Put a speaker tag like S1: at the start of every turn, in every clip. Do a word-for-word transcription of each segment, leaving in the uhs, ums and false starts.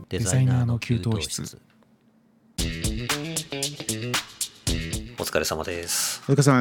S1: デザイナーの給湯室。
S2: お疲れ様です。
S1: お疲れ様です。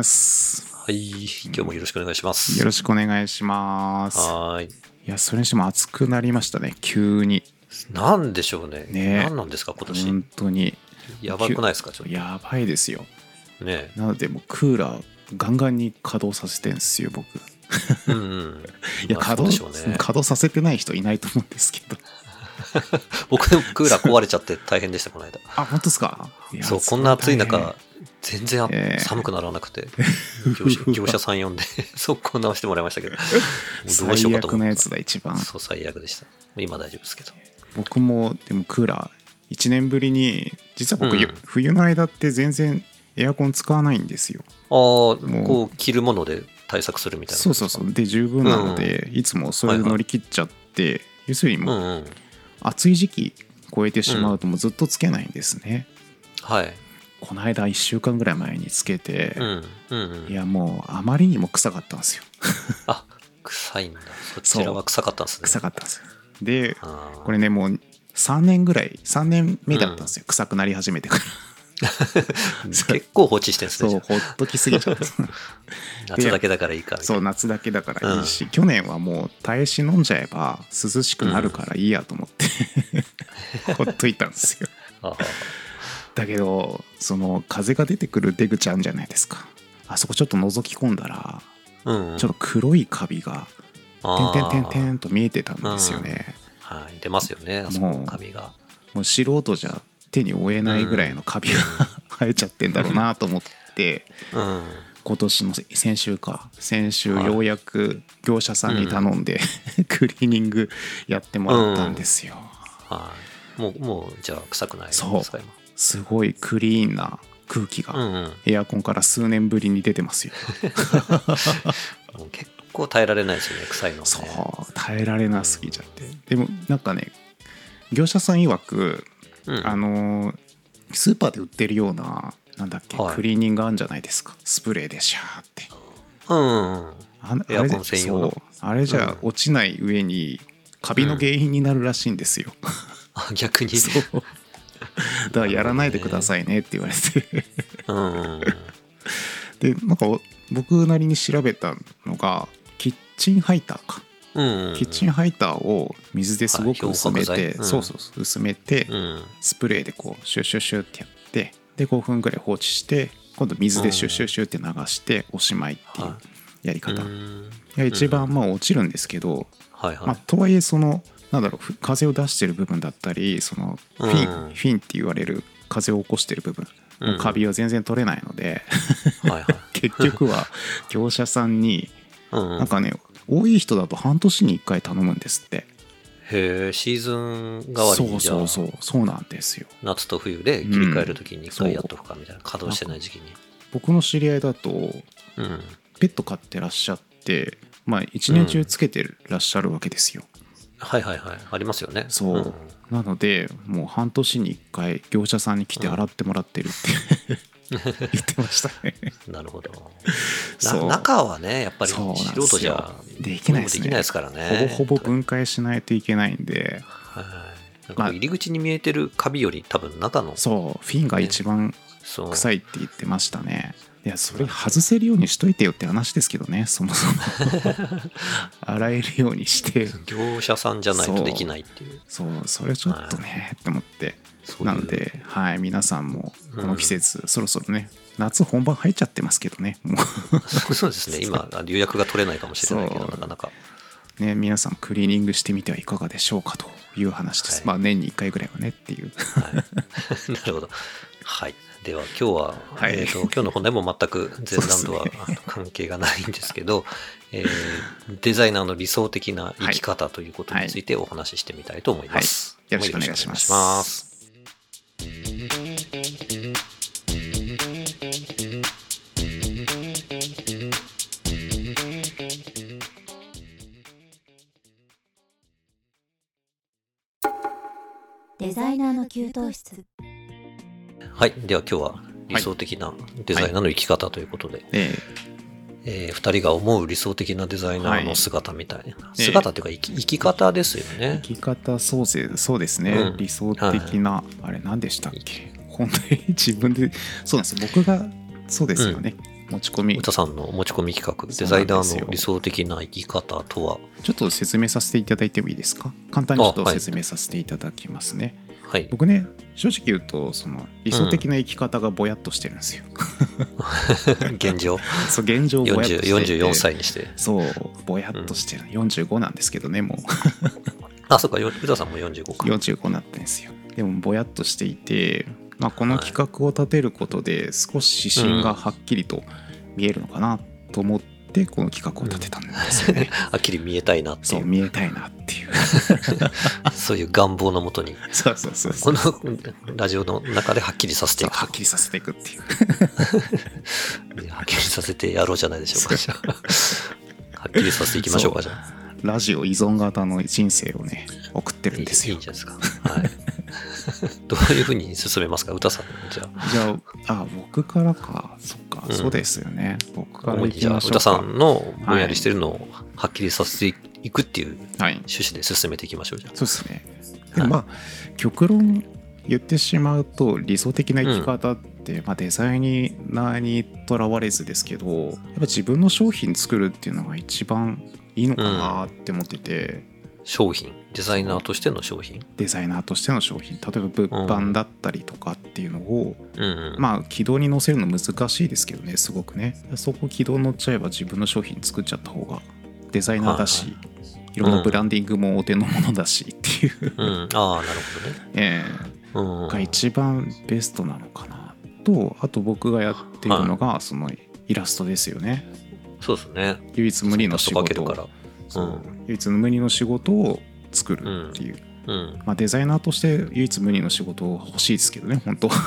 S2: はい、今日もよろしくお願いします。
S1: よろしくお願いします。
S2: はい。
S1: いや、それにしても暑くなりましたね、急に。
S2: なんでしょうね。
S1: ね、
S2: 何なんですか、今年。
S1: 本当に。
S2: やばくないですか、ちょっと。
S1: やばいですよ。
S2: ね。
S1: なので、もうクーラーガンガンに稼働させてるんですよ、僕。
S2: うんうん。
S1: いや、稼働、ね、稼働させてない人いないと思うんですけど。
S2: 僕でもクーラー壊れちゃって大変でした、この間。
S1: あ、本当ですか？
S2: そう、こんな暑い中、全然、えー、寒くならなくて、業者、業者さん呼んで、速攻直してもらいましたけど、
S1: どうしようかと思った。最悪のやつだ、一番。
S2: そう、最悪でした。今大丈夫ですけど。
S1: 僕も、でもクーラー、いちねんぶりに、実は僕、うん、冬の間って全然エアコン使わないんですよ。
S2: ああ、こう、着るもので対策するみたいな。
S1: そうそうそう。で、十分なので、うん、いつもそれで乗り切っちゃって、はいはい、要するにもう、うんうん、暑い時期超えてしまうともうずっとつけないんですね。
S2: うん、はい。
S1: この間いっしゅうかんぐらい前につけて、
S2: うんうんうん、
S1: いやもうあまりにも臭かったんですよ。
S2: あ、臭いんだ。そちらは臭かったんですね。
S1: 臭かったんですよ。で、これねもうさんねんぐらいさんねんめだったんですよ、うん、臭くなり始めてから
S2: 結構放置してるんですね。
S1: そう、ほっときすぎちゃった
S2: 夏だけだからいいかみたいな。
S1: そう、夏だけだからいいし、うん、去年はもう耐え忍んじゃえば涼しくなるからいいやと思って、うん、ほっといたんですよだけどその風が出てくる出口あるんじゃないですか。あそこちょっと覗き込んだら、うんうん、ちょっと黒いカビがてんてんてんてんと見えてたんですよね、
S2: うん、はい、出ますよね、あそこのカビが。
S1: もう素人じゃ手に負えないぐらいのカビが、うん、生えちゃってんだろうなと思って、うん、今年の先週か先週ようやく業者さんに頼んで、はい、クリーニングやってもらったんですよ、
S2: うん、はい、もうもうじゃあ臭くないですか？
S1: そう、すごいクリーンな空気がエアコンから数年ぶりに出てますよ
S2: もう結構耐えられないですよね、臭いのね。
S1: そう、耐えられなすぎちゃって、うん、でもなんかね業者さん曰く、うん、あのスーパーで売ってるようななんだっけ、はい、クリーニングあるんじゃないですか、スプレーでシャーって、
S2: うんうんうん、
S1: あエアコン専用の、そう、あれじゃ落ちない上にカビの原因になるらしいんですよ、うん、
S2: あ、逆に
S1: そうだからやらないでくださいねって言われてうんでなんか僕なりに調べたのがキッチンハイターか、うんうん、キッチンハイターを水ですごく薄めて、はい、うん、そうそうそう薄めて、うん、スプレーでこうシュッシュッシュッってやってでごふんぐらい放置して今度水でシュッシュッシュッって流しておしまいっていうやり方、うん、が一番まあ落ちるんですけど、はいはい、まあ、とはいえそのなんだろう風を出してる部分だったりそのフィン、うん、フィンって言われる風を起こしてる部分のカビは全然取れないので、うんはいはい、結局は業者さんになんかね多い人だと半年にいっかい頼むんですって。
S2: へえ、シーズン代わりにじゃあ、
S1: そうそうそうそうなんですよ。
S2: 夏と冬で切り替えるときにいっかいやっとくかみたいな、稼働してない時期に。
S1: 僕の知り合いだと、うん、ペット飼ってらっしゃってまあ一年中つけてらっしゃるわけですよ、うん、
S2: はいはいはい、ありますよね。
S1: そう、うん、なのでもう半年にいっかい業者さんに来て洗ってもらってるって、うん言ってましたね
S2: なるほど。中はねやっぱり素人じゃ
S1: できないですね。
S2: できないですからね。
S1: ほぼほぼ分解しないといけないんで、
S2: はい、なんか入り口に見えてるカビより多分中の、
S1: そうフィンが一番臭いって言ってましたね。いやそれ外せるようにしといてよって話ですけどね、そもそも洗えるようにして
S2: 業者さんじゃないとできないっていう。
S1: そう、そうそれちょっとね、はい、って思って、なので、はい、皆さんもこの季節、うん、そろそろね夏本番入っちゃってますけどねも
S2: うそうですね、今予約が取れないかもしれないけどなかなか
S1: ね、皆さんクリーニングしてみてはいかがでしょうかという話です、はい、まあ年にいっかいぐらいはねっていう、
S2: はい、なるほど。はい、では今日は、はい、えーと、今日の本題も全く前段とは関係がないんですけど、えー、デザイナーの理想的な生き方ということについてお話ししてみたいと思います、
S1: はいはい、よろしくお願いします。
S3: デザイナーの給湯室。
S2: はい、では今日は理想的なデザイナーの生き方ということで、はい、 えー、ふたりが思う理想的なデザイナーの姿みたいな、はい、姿っていうか生き、生き方ですよね。
S1: 生き方、そうそうですね、うん、理想的な、はい、あれ何でしたっけ、本当に自分で、そうなんです、僕がそうですよね、うん、持ち込み、
S2: 歌さんの持ち込み企画、デザイナーの理想的な生き方とは。
S1: ちょっと説明させていただいてもいいですか。簡単にちょっと説明させていただきますね。はい、僕ね、正直言うとその理想的な生き方がぼやっとしてるんですよ、
S2: うん、現状
S1: そう現状ぼやっとしてて
S2: よんじゅうよんさいにして
S1: そうぼやっとしてる、うん、よんじゅうごなんですけどねもう
S2: あ、そっか、宇田さんもよんじゅうごか。
S1: よんじゅうごになってんですよ。でもぼやっとしていて、まあ、この企画を立てることで少し指針がはっきりと見えるのかなと思ってこの企画を立てたんですよね、
S2: うん、はっきり見えたいなっていう。
S1: そう見えたいなっていう
S2: そういう願望のもとに
S1: そうそうそうそう
S2: このラジオの中ではっきりさせていく
S1: はっきりさせていくっていう
S2: はっきりさせてやろうじゃないでしょうか。じゃあはっきりさせていきましょうか。じゃあ
S1: ラジオ依存型の人生をね送ってるんですよ。
S2: いいんじゃないですか。はいどういうふうに進めますか、歌さん。じゃあ
S1: じゃあ、あ、僕からか。そっか、うん、そうですよね。僕からいきましょうか。
S2: 歌さんのぼんやりしてるのをはっきりさせていくっていう趣旨で進めていきましょう。じゃあ
S1: そうですね。でまあ、はい、極論言ってしまうと理想的な生き方って、うんまあ、デザイナーにとらわれずですけど、やっぱ自分の商品作るっていうのが一番いいのかなって思ってて、うん、
S2: 商品デザイナーとしての商品
S1: デザイナーとしての商品、例えば物販だったりとかっていうのを、うんうん、まあ軌道に乗せるの難しいですけどね、すごくね。そこ軌道乗っちゃえば自分の商品作っちゃった方がデザイナーだし、はいはい、いろんなブランディングもお手の物だしっていう、
S2: うん、ああなるほどね、
S1: えーうん、が一番ベストなのかなと。あと僕がやっているのが、はい、そのイラストですよね。
S2: そうですね。
S1: 唯一無二の仕事を、うん、唯一無二の仕事を作るっていう、うんうんまあ、デザイナーとして唯一無二の仕事欲しいですけどね本当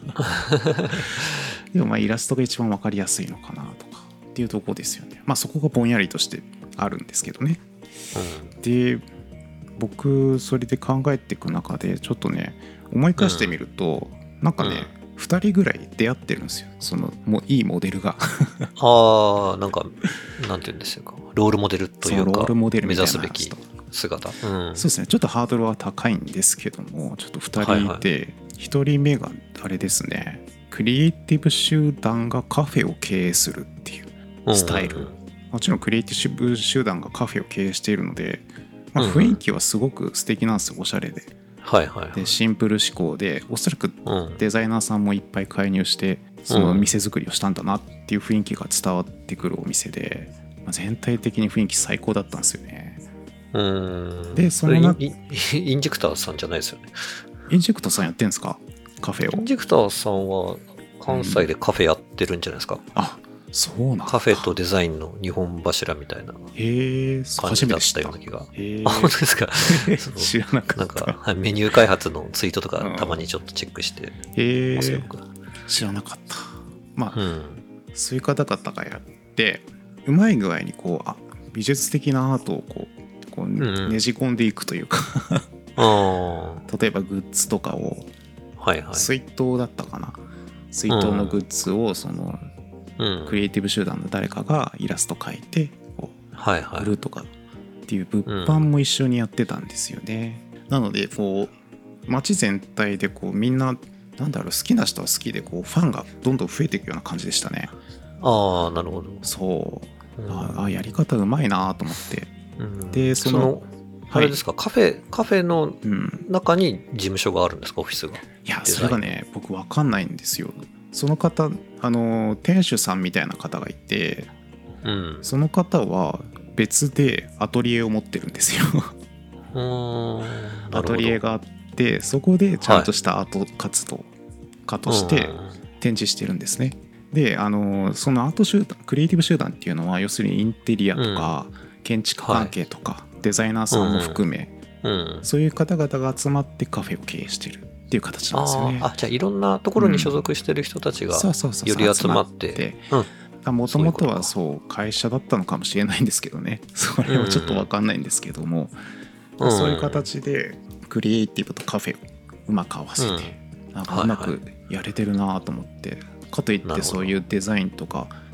S1: でもまあイラストが一番分かりやすいのかなとかっていうところですよね。まあそこがぼんやりとしてあるんですけどね、うん、で僕それで考えていく中でちょっとね思い返してみると、うん、なんかね、うんふたりぐらい出会ってるんですよ、そのもういいモデルが
S2: ああなんかなんて言うんですか、ロールモデルというか
S1: ロールモデルみたいな
S2: 目指すべき姿、うん、
S1: そうですね。ちょっとハードルは高いんですけども、ちょっとふたりいて、はいはい、ひとりめがあれですね、クリエイティブ集団がカフェを経営するっていうスタイル、うんうんうん、もちろんクリエイティブ集団がカフェを経営しているので、まあ、雰囲気はすごく素敵なんですよ、おしゃれで。はいはいはい、でシンプル思考で、おそらくデザイナーさんもいっぱい介入してその店作りをしたんだなっていう雰囲気が伝わってくるお店で、まあ、全体的に雰囲気最高だったんですよね。
S2: うん
S1: でそのな
S2: イン、インジェクターさんじゃないですよね。
S1: インジェクターさんやってんですか、カフェを。
S2: インジェクターさんは関西でカフェやってるんじゃないですか、うん、
S1: あそうなんだ。
S2: カフェとデザインの二本柱みたいな感じだったような気が。あ、本当ですか
S1: 知らなかった。
S2: なんかメニュー開発のツイートとかたまにちょっとチェックしてますよ、僕。
S1: 知らなかった。まあ、うん、そういう方々がやってうまい具合にこうあ美術的なアートをこう、こうねじ込んでいくというか、うん、例えばグッズとかを、はいはい、水筒だったかな、水筒のグッズをその、うん、クリエイティブ集団の誰かがイラスト描いてこう、はいはい、売るとかっていう物販も一緒にやってたんですよね、うん、なのでこう街全体でこうみんななんだろう、好きな人は好きでこうファンがどんどん増えていくような感じでしたね。
S2: ああなるほど。
S1: そう、うん、あやり方うまいなと思って、うん、でその、その
S2: あれですか、はい、カフェカフェの中に事務所があるんですか、オフィスが。
S1: いやそれがね僕分かんないんですよ。その方あの店主さんみたいな方がいて、うん、その方は別でアトリエを持ってるんですようーんアトリエがあってそこでちゃんとしたアート活動家として展示してるんですね、うん、であのそのアート集団クリエイティブ集団っていうのは要するにインテリアとか、うん、建築関係とか、はい、デザイナーさんも含め、うん、そういう方々が集まってカフェを経営してるっていう形なんですよね。
S2: ああじゃあいろんなところに所属してる人たちがより集まって
S1: もともとはそう会社だったのかもしれないんですけどね、それはちょっと分かんないんですけども、うん、そういう形でクリエイティブとカフェをうまく合わせて、うん、なんかうまくやれてるなと思って、はいはい、かといってそういうデザインとか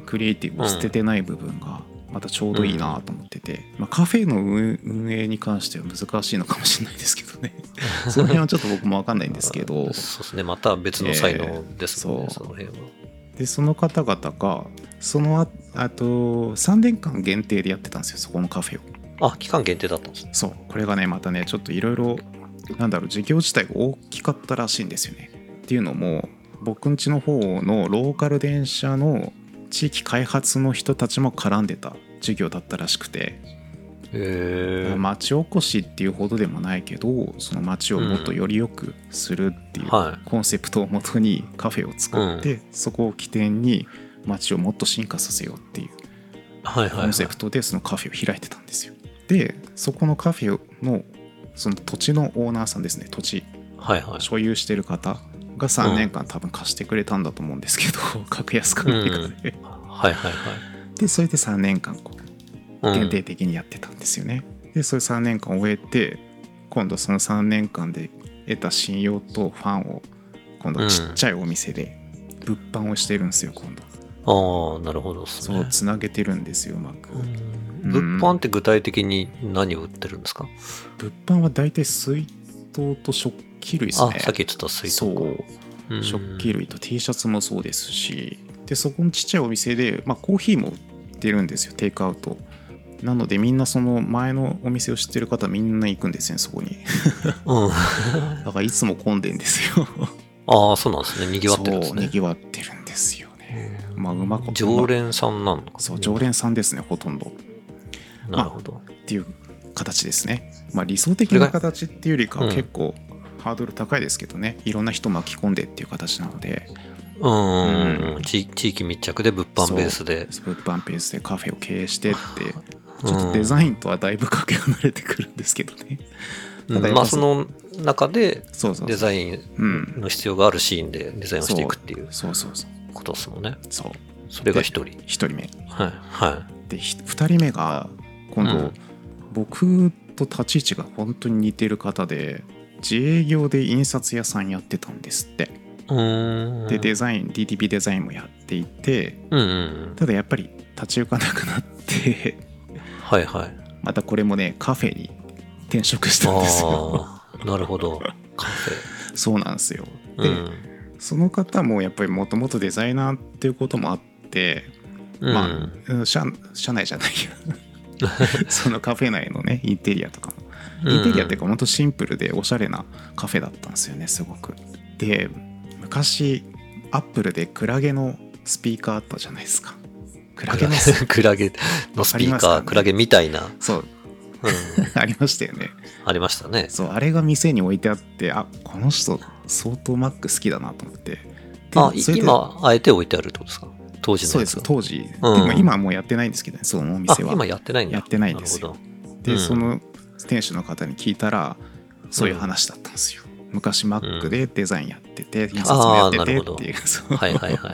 S1: クリエイティブを捨ててない部分がまたちょうどいいなと思ってて、うんまあ、カフェの運営に関しては難しいのかもしれないですけどねその辺はちょっと僕も分かんないんですけど
S2: そうですね、また別の才能ですもんね、えー、その辺は。
S1: でその方々がその あ, あとさんねんかん限定でやってたんですよ、そこのカフェ
S2: を。あ、期間限定だったんですね。
S1: そう、これがねまたねちょっといろいろなんだろう事業自体が大きかったらしいんですよね。っていうのも僕ん家の方のローカル電車の地域開発の人たちも絡んでた授業だったらしくて、
S2: へー、
S1: 町おこしっていうほどでもないけどその町をもっとより良くするっていうコンセプトをもとにカフェを作って、うん、そこを起点に町をもっと進化させようっていうコンセプトでそのカフェを開いてたんですよ。でそこのカフェのその土地のオーナーさんですね、土地、
S2: はいはい、
S1: 所有してる方がさんねんかん多分貸してくれたんだと思うんですけど、うん、格安か何かで、うん、はい
S2: はいはい。
S1: でそれでさんねんかんこう限定的にやってたんですよね、うん、でそれさんねんかん終えて今度そのさんねんかんで得た信用とファンを今度ちっちゃいお店で物販をしてるんですよ今度。
S2: ああなるほどですね。
S1: そうつなげてるんですようまく。
S2: 物販って具体的に何を売ってるんですか？
S1: 物販は大体水筒と食器類ですね。
S2: あ、さっき言ってた水筒。そう、
S1: うん、食器類と T シャツもそうですし、でそこのちっちゃいお店で、まあ、コーヒーも売ってるんですよ、テイクアウトなので。みんなその前のお店を知ってる方みんな行くんですねそこに、うん、だからいつも混んでんですよ
S2: ああそうなんですね、にぎわってるんですね。
S1: そうにぎわってるんですよね。まあうまく
S2: 常連さんなのか、ね、
S1: そう常連さんですねほとんど。
S2: なるほど、
S1: まあ、っていう形ですね。まあ理想的な形っていうよりかは結構ハードル高いですけどね、いろんな人巻き込んでっていう形なので、
S2: うん、うん、地域密着で物販ベースで
S1: 物販ベースでカフェを経営してってちょっとデザインとはだいぶかけ離れてくるんですけどね、
S2: うん、まあその中でデザインの必要があるシーンでデザインをしていくっていうことですもんね。
S1: そう
S2: それがひとり
S1: ひとりめ、
S2: はいはい、
S1: でふたりめが今度、うん、僕と立ち位置が本当に似てる方で自営業で印刷屋さんやってたんですって。
S2: うーん
S1: でデザイン ディーティーピー デザインもやっていて、
S2: うんうん、
S1: ただやっぱり立ち行かなくなって
S2: はいはい
S1: またこれもねカフェに転職したんですよ。
S2: あなるほど、カフェ
S1: そうなんですよ。で、うん、その方もやっぱりもともとデザイナーっていうこともあって、うん、まあ社、社内じゃないよそのカフェ内のねインテリアとかもインテリアっていうか本当シンプルでおしゃれなカフェだったんですよねすごく。で昔アップルでクラゲのスピーカーあったじゃないですか。クラゲの
S2: クラゲのスピーカー、ね、クラゲみたいな。
S1: そう、うん、ありましたよね。
S2: ありましたね。
S1: そうあれが店に置いてあって、あこの人相当 Mac 好きだなと思って。
S2: あ今あえて置いてあるってことですか？当時の
S1: そうです当時、うん、でも今はもうやってないんですけどねそのお店は。
S2: 今やってないんだ。
S1: やってないんですよ。で、うん、その店主の方に聞いたらそういう話だったんですよ。うん、昔 Mac でデザインやってて、うん、印刷もやっててっていう。
S2: はいはいはい。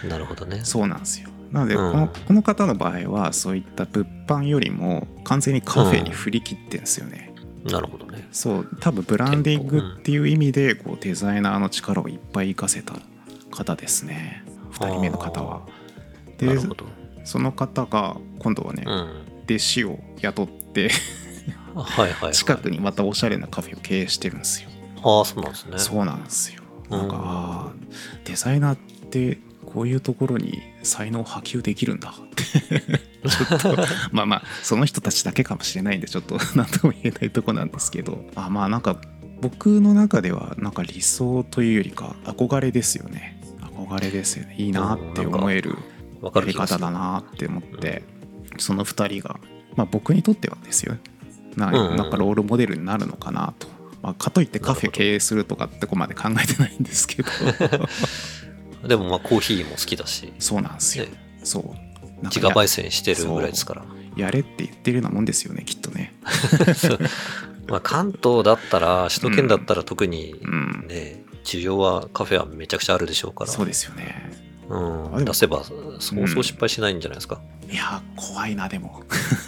S2: なるほどね。
S1: そうなんですよ。なので、うん、このこの方の場合はそういった物販よりも完全にカフェに振り切ってるんですよね。
S2: うん、なるほどね。
S1: そう多分ブランディングっていう意味でこうデザイナーの力をいっぱい活かせた方ですねふたりめの方は。で
S2: なるほど。
S1: その方が今度はね、うん、弟子を雇って
S2: はいはい、はい、
S1: 近くにまたおしゃれなカフェを経営してるんですよ。
S2: ああそうなんですね。
S1: そうなんですよ。なんか、うん、デザイナーってこういうところに才能を波及できるんだってちょっとまあまあその人たちだけかもしれないんでちょっと何とも言えないとこなんですけど、あまあなんか僕の中ではなんか理想というよりか憧れですよね。憧れですよね。いいなって思えるやり方だなって思って、うん、そのふたりが、まあ、僕にとってはですよな、なんかロールモデルになるのかなと、まあ、かといってカフェ経営するとかってここまで考えてないんですけど
S2: でもまあコーヒーも好きだし。
S1: そうなんですよ、ね、そう
S2: 自家焙煎してるぐらいですから、
S1: やれって言ってるようなもんですよねきっとね
S2: まあ関東だったら首都圏だったら特にね、うん、需要はカフェはめちゃくちゃあるでしょうから。
S1: そうですよね、
S2: うん、出せばそうそう失敗しないんじゃないですか、
S1: うん、いや怖いなでも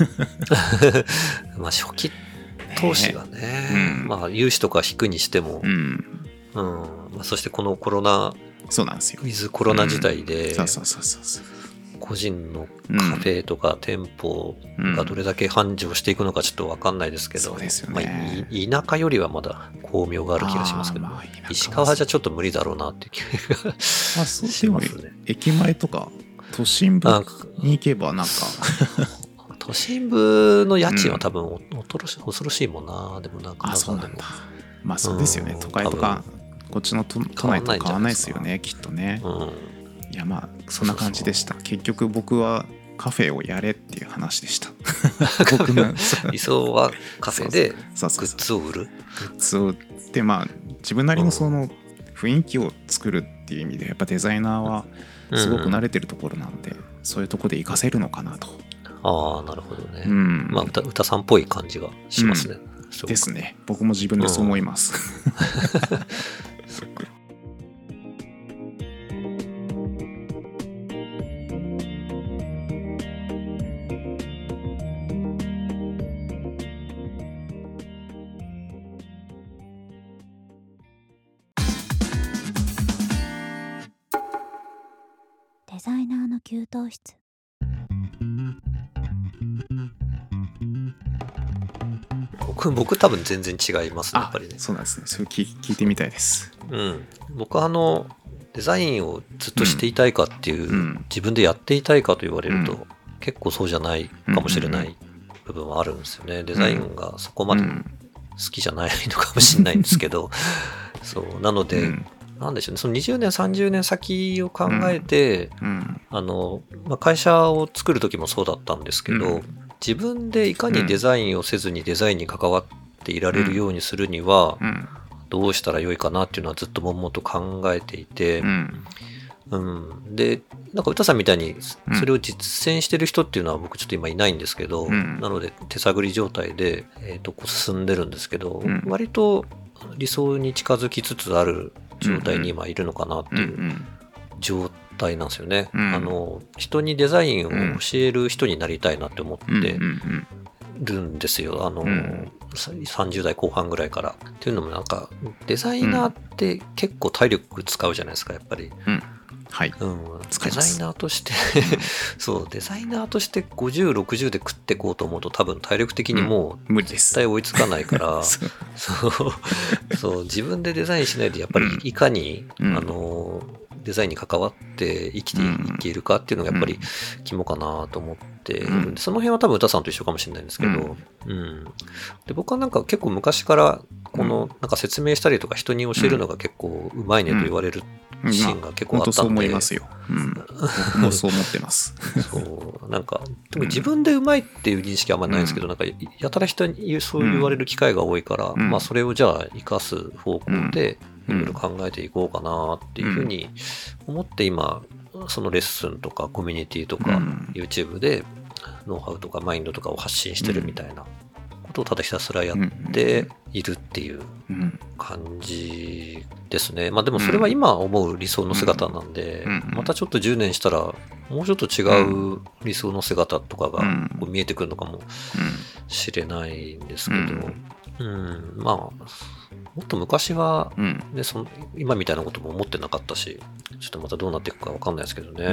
S2: まあ初期投資がね、ねうん、まあ融資とか引くにしても、うんうんまあ、そしてこのコロナ
S1: そうなんですよ。
S2: ウィズコロナ時代で、
S1: うん、そうそうそうそう
S2: 個人のカフェとか店舗がどれだけ繁盛していくのかちょっと分かんないですけど、
S1: そうですよね、
S2: まあ、田舎よりはまだ巧妙がある気がしますけど、まあ、石川じゃちょっと無理だろうなっていう気がしますね。
S1: 駅前とか都心部に行けばなんか
S2: 都心部の家賃は多分恐ろしい、恐ろしいもんな。でもなんか
S1: あそうなんだ。まあそうですよね、うん、都会とかこっちの都内と変わらないですよねきっとね、うん、いやまあそんな感じでした。そうそうそう、結局僕はカフェをやれっていう話でした僕の
S2: 理想はカフェでグッズを売る、グ
S1: ッズを売ってまあ自分なりのその雰囲気を作るっていう意味でやっぱデザイナーはすごく慣れてるところなので、うん、そういうところで活かせるのかなと。
S2: ああなるほどね、うん、まあ 歌, 歌さんっぽい感じがしますね、
S1: うん、ですね。僕も自分でそう思います、うん
S3: デザイナーの給湯室。
S2: 僕, 僕多分全然違いますねやっぱりね。
S1: そうなんですね。それ 聞, 聞いてみたいです。
S2: うん、僕はあのデザインをずっとしていたいかっていう、うん、自分でやっていたいかと言われると、うん、結構そうじゃないかもしれない部分はあるんですよね。デザインがそこまで好きじゃないのかもしれないんですけどそうなので、うん、なんでしょうね、そのにじゅうねんさんじゅうねん先を考えて、うん、あのまあ、会社を作る時もそうだったんですけど、うん、自分でいかにデザインをせずにデザインに関わっていられるようにするにはどうしたらよいかなっていうのはずっと悶々と考えていて、うんうん、でなんか歌さんみたいにそれを実践してる人っていうのは僕ちょっと今いないんですけど、うん、なので手探り状態で、えー、とこう進んでるんですけど、うん、割と理想に近づきつつある状態に今いるのかなっていう状態なんですよね、うん、あの人にデザインを教える人になりたいなって思ってるんですよ。あの、うん、さんじゅう代後半ぐらいからっていうのもなんかデザイナーって結構体力使うじゃないですかやっぱり、うん
S1: はい
S2: うん、デザイナーとしてそうデザイナーとしてごじゅうろくじゅうで食っていこうと思うと多分体力的にもう絶対追いつかないから、うん、そうそう自分でデザインしないでやっぱりいかに、うん、あのデザインに関わって生きていけるかっていうのがやっぱり肝かなと思っているんで、その辺は多分歌さんと一緒かもしれないんですけど、うんうん、で僕はなんか結構昔からこのなんか説明したりとか人に教えるのが結構うまいねと言われるシーンが結構あったんで、うん、本当
S1: そう思いますよ、うん、僕もそう思ってます
S2: そうなんかでも自分でうまいっていう認識はあんまりないんですけど、うん、なんかやたら人にそう言われる機会が多いから、うん、まあそれをじゃあ生かす方向でいろいろ考えていこうかなっていうふうに思って今そのレッスンとかコミュニティとか YouTube でノウハウとかマインドとかを発信してるみたいなことをただひたすらやっているっていう感じですね。まあでもそれは今思う理想の姿なんで、またちょっとじゅうねんしたらもうちょっと違う理想の姿とかがこう見えてくるのかもしれないんですけど、うん、まあもっと昔は、ねうん、その今みたいなことも思ってなかったし、ちょっとまたどうなっていくか分かんないですけどね、うん、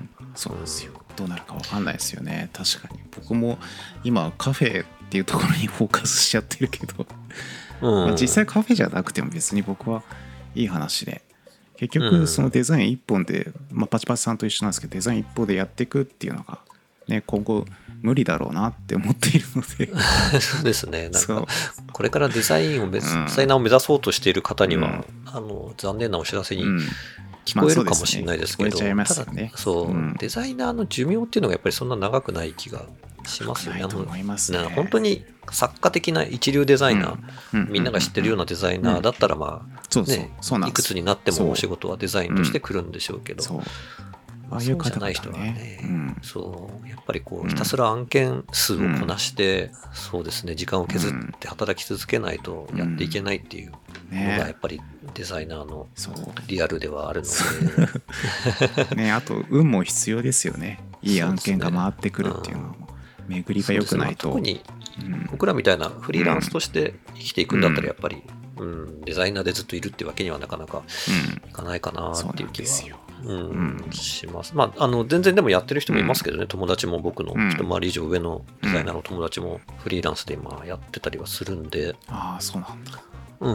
S1: そうですよ、どうなるか分かんないですよね。確かに僕も今カフェっていうところにフォーカスしちゃってるけど、うんまあ、実際カフェじゃなくても別に僕はいい話で、結局そのデザイン一本で、まあ、パチパチさんと一緒なんですけどデザイン一本でやっていくっていうのがね、今後無理だろうなって思っているので
S2: そうですね、なんかこれからデザインをデザイナーを目指そうとしている方には、うん、あの残念なお知らせに聞こえるかもしれないですけど、ただそう、うん、デザイナーの寿命っていうのがやっぱりそんな長くない気がしますよね。あの本当に作家的な一流デザイナー、うん、みんなが知ってるようなデザイナーだったらまあね、いくつになってもお仕事はデザインとして来るんでしょうけど、そうああいう方々ね、そうじゃない人はね、うん、そうやっぱりこうひたすら案件数をこなして、うん、そうですね時間を削って働き続けないとやっていけないっていうのがやっぱりデザイナーのリアルではあるので、
S1: ね、あと運も必要ですよね。いい案件が回ってくるっていうのはもう巡りが良くないと、
S2: 特に僕らみたいなフリーランスとして生きていくんだったらやっぱり、うん、デザイナーでずっといるってわけにはなかなかいかないかなっていう気はうん、うん、します。まあ、あの、全然でもやってる人もいますけどね、うん、友達も僕の一回り以上上のデザイナーの友達もフリーランスで今やってたりはするんで。
S1: ああ、そうなんだ。
S2: うん。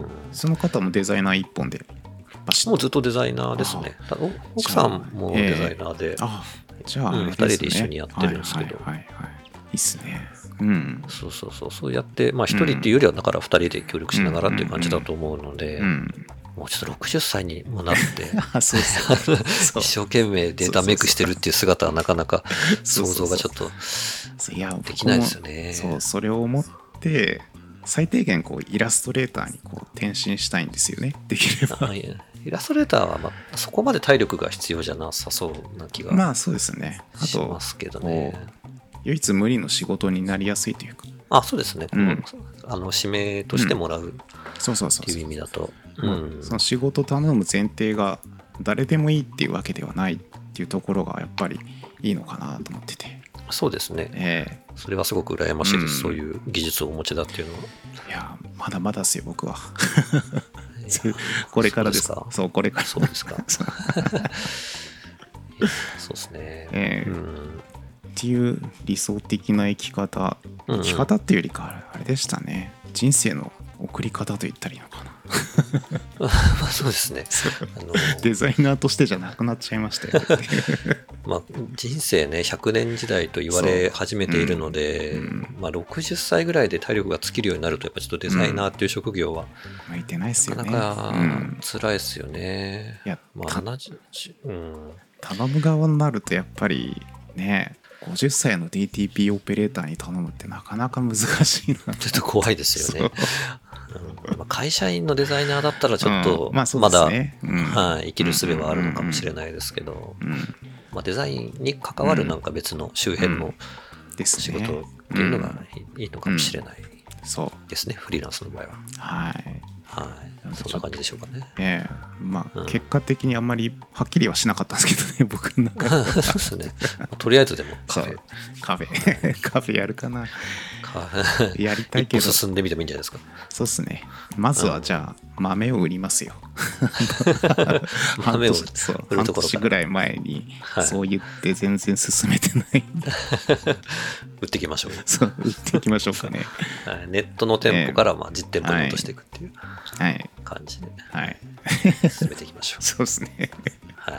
S1: その方もデザイナー一本で。
S2: もうずっとデザイナーですね。奥さんもデザイナーで。
S1: ああ、じゃあ、
S2: うん、ふたりで一緒にやってるんですけど。
S1: はいはいはい、はい。いいっすね。うん。
S2: そうそうそう。そうやって、まあ一人っていうよりは、だから二人で協力しながらっていう感じだと思うので、うんうんうんもうちょっとろくじゅっさいにもなって
S1: そうそう
S2: 一生懸命データメイクしてるっていう姿はなかなか想像がちょっとできないですよね。
S1: そう、それを思って最低限こうイラストレーターにこう転身したいんですよね。できれば。
S2: イラストレーターはまあそこまで体力が必要じゃなさそうな気が
S1: まあそうですね。
S2: あとしますけどね。
S1: 唯一無二の仕事になりやすいというか。
S2: あ、そうですね。うん、あの指名としてもらうっていう意味だと。
S1: うん、その仕事頼む前提が誰でもいいっていうわけではないっていうところがやっぱりいいのかなと思ってて。
S2: そうですね、えー、それはすごく羨ましいです、うん、そういう技術をお持ちだっていうのは。
S1: いやまだまだですよ僕はこれからですか。そうこれから
S2: そうですかそうですね、
S1: えーうん、っていう理想的な生き方生き方っていうよりかあれでしたね、人生の送り方と言ったらいいのかな
S2: まあそうですね
S1: あのデザイナーとしてじゃなくなっちゃいましたよ
S2: まあ人生ねひゃくねん時代と言われ始めているので、うん、まあ、ろくじゅっさいぐらいで体力が尽きるようになるとやっぱちょっとデザイナーっていう職業は
S1: 向いてないですよね。
S2: なかなか辛いですよね、うん、いやまあなじ、うん、
S1: 頼む側になるとやっぱりねごじゅっさいの ディーティーピー オペレーターに頼むってなかなか難しいな。
S2: ちょっと怖いですよね。うんまあ、会社員のデザイナーだったらちょっとまだ、うんはい、生きる術はあるのかもしれないですけど、うんまあ、デザインに関わるなんか別の周辺の仕事っていうのがいいのかもしれないですね、フリーランスの場合は。
S1: はい
S2: はい、そんな感じでしょうかね。
S1: ええまあ、うん、結果的にあんまりはっきりはしなかったんですけどね、僕の中で。
S2: そうですね。とりあえずでもカフェ。
S1: カフェ。カフェやるかな。やりたいけど。
S2: 一歩進んでみてもいいんじゃないですか。
S1: そうですね。まずはじゃあ、豆を売りますよ。
S2: 豆を
S1: 売るところ半年ぐらい前に、はい、そう言って全然進めてないんで。
S2: 売っていきましょう。
S1: そう、売っていきましょうかね。
S2: はい、ネットの店舗からまあ実店舗に落としていくっていう感じで、
S1: はい、
S2: 進めていきましょう。
S1: そうですね。
S2: はい。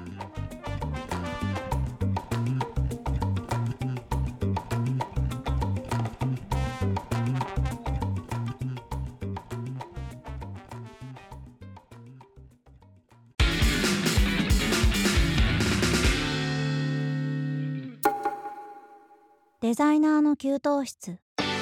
S3: デザイナーの給湯室。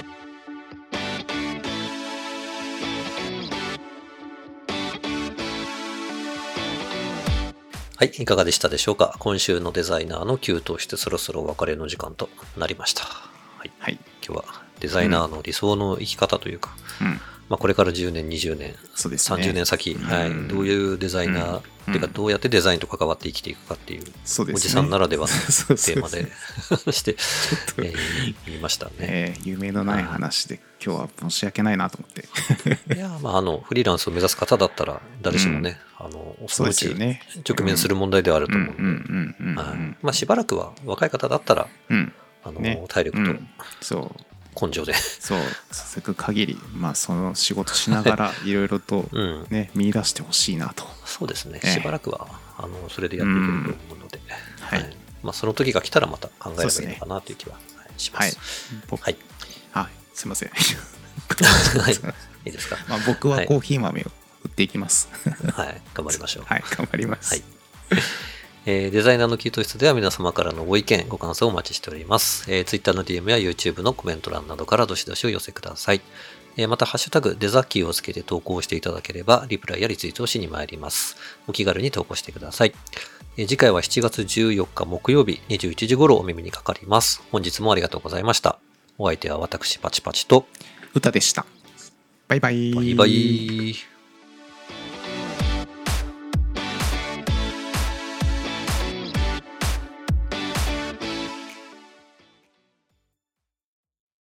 S2: はい、いかがでしたでしょうか。今週のデザイナーの給湯室、そろそろお別れの時間となりました。はい。はい、今日はデザイナーの理想の生き方というか、うんまあ、これからじゅうねん、にじゅうねん、そうですね、さんじゅうねん先、うんはい、どういうデザイナー、うん、っていうかどうやってデザインと関わって生きていくかっていう、そうですね、おじさんならではのテーマでしてえー、言いましたね、
S1: えー、夢のない話で今日は申し訳ないなと思って
S2: いや、まあ、あのフリーランスを目指す方だったら誰しもね、うん、あのそのうち直面する問題ではあると思うのでしばらくは若い方だったら、うんあのね、体力と、うん、そう根性で
S1: そう続く限り、まあ、その仕事しながらいろいろと、ねうん、見出してほしいなと。
S2: そうですね、えー、しばらくはあのそれでやっていけると思うので、うんはいまあ、その時が来たらまた考えればいいのかなという気はします。
S1: はい、はい、はい、すいません
S2: はい、いいですか。
S1: まあ、僕はコーヒー豆を売っていきます。
S2: はい、はい、頑張りましょう。
S1: はい、頑張ります。はい
S2: えー、デザイナーの給湯室では皆様からのご意見、ご感想をお待ちしております。えー、Twitter の ディーエム や YouTube のコメント欄などからどしどしお寄せください。えー、また、ハッシュタグ、デザッキーをつけて投稿していただければ、リプライやリツイートをしに参ります。お気軽に投稿してください。えー、次回はしちがつじゅうよっか木曜日にじゅういちじ頃お耳にかかります。本日もありがとうございました。お相手は私、パチパチと、
S1: 歌でした。バイバイ。
S2: バイバイ。